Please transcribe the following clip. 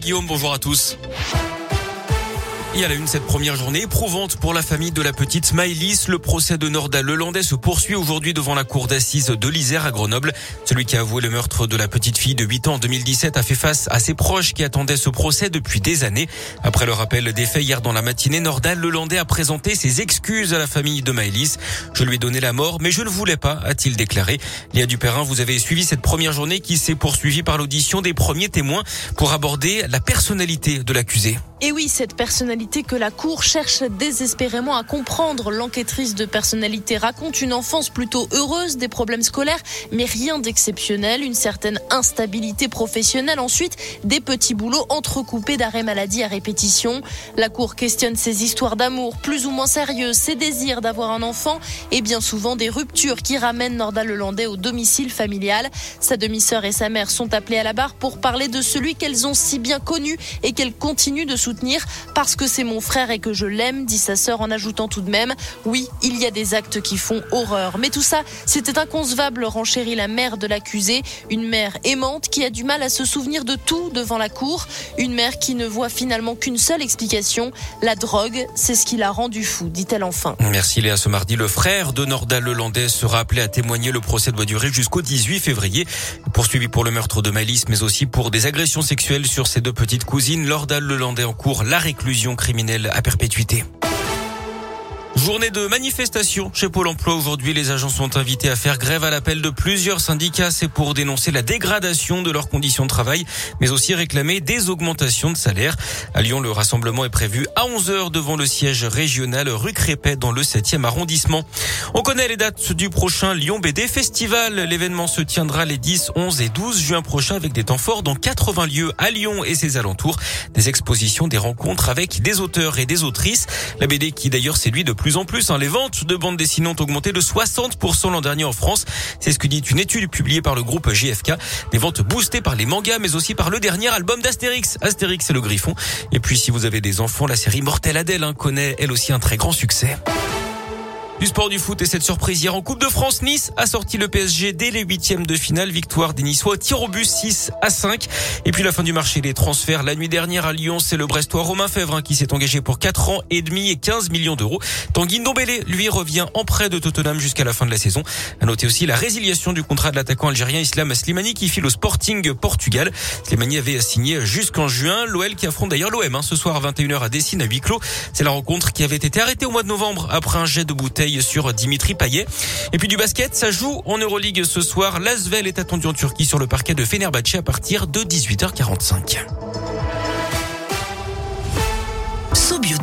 Guillaume, bonjour à tous. Et à la une, cette première journée éprouvante pour la famille de la petite Maëlys. Le procès de Nordal Lelandais se poursuit aujourd'hui devant la cour d'assises de l'Isère à Grenoble. Celui qui a avoué le meurtre de la petite fille de 8 ans en 2017 a fait face à ses proches qui attendaient ce procès depuis des années. Après le rappel des faits hier dans la matinée, Nordal Lelandais a présenté ses excuses à la famille de Maëlys. Je lui ai donné la mort, mais je ne voulais pas, a-t-il déclaré. Léa Duperrin, vous avez suivi cette première journée qui s'est poursuivie par l'audition des premiers témoins pour aborder la personnalité de l'accusé. Et oui, cette personnalité que la Cour cherche désespérément à comprendre. L'enquêtrice de personnalité raconte une enfance plutôt heureuse, des problèmes scolaires, mais rien d'exceptionnel, une certaine instabilité professionnelle. Ensuite, des petits boulots entrecoupés d'arrêts maladie à répétition. La Cour questionne ses histoires d'amour plus ou moins sérieuses, ses désirs d'avoir un enfant et bien souvent des ruptures qui ramènent Nordal Lelandais au domicile familial. Sa demi-sœur et sa mère sont appelées à la barre pour parler de celui qu'elles ont si bien connu et qu'elles continuent de soutenir parce que c'est mon frère et que je l'aime, dit sa sœur en ajoutant tout de même « Oui, il y a des actes qui font horreur ». Mais tout ça, c'était inconcevable, renchérit la mère de l'accusé. Une mère aimante qui a du mal à se souvenir de tout devant la cour. Une mère qui ne voit finalement qu'une seule explication. La drogue, c'est ce qui l'a rendu fou, dit-elle enfin. Merci Léa. Ce mardi, le frère de Nordal Lelandais sera appelé à témoigner. Le procès doit durer jusqu'au 18 février. Poursuivi pour le meurtre de Maëlys, mais aussi pour des agressions sexuelles sur ses deux petites cousines. Nordal Lelandais en cours la réclusion criminelle à perpétuité. Journée de manifestation chez Pôle emploi. Aujourd'hui, les agents sont invités à faire grève à l'appel de plusieurs syndicats. C'est pour dénoncer la dégradation de leurs conditions de travail, mais aussi réclamer des augmentations de salaire. À Lyon, le rassemblement est prévu à 11h devant le siège régional rue Crépet dans le 7e arrondissement. On connaît les dates du prochain Lyon BD Festival. L'événement se tiendra les 10, 11 et 12 juin prochains avec des temps forts dans 80 lieux à Lyon et ses alentours. Des expositions, des rencontres avec des auteurs et des autrices. La BD qui d'ailleurs séduit de plus en plus. Les ventes de bandes dessinées ont augmenté de 60% l'an dernier en France. C'est ce que dit une étude publiée par le groupe GfK. Des ventes boostées par les mangas, mais aussi par le dernier album d'Astérix. Astérix et le Griffon. Et puis, si vous avez des enfants, la série Mortel Adèle connaît elle aussi un très grand succès. Du sport, du foot et cette surprise hier en Coupe de France, Nice a sorti le PSG dès les 8e de finale. Victoire des Niçois au tir au but 6-5. Et puis la fin du marché des transferts. La nuit dernière à Lyon, c'est le Brestois Romain Fèvre qui s'est engagé pour 4 ans et demi et 15 millions d'euros. Tanguy Ndombele, lui, revient en prêt de Tottenham jusqu'à la fin de la saison. À noter aussi la résiliation du contrat de l'attaquant algérien Islam Slimani qui file au Sporting Portugal. Slimani avait signé jusqu'en juin. L'OL qui affronte d'ailleurs l'OM ce soir à 21h à Dessine à huis clos. C'est la rencontre qui avait été arrêtée au mois de novembre après un jet de bouteille sur Dimitri Payet. Et puis du basket, ça joue en Euroleague ce soir. L'Asvel est attendu en Turquie sur le parquet de Fenerbahçe à partir de 18h45.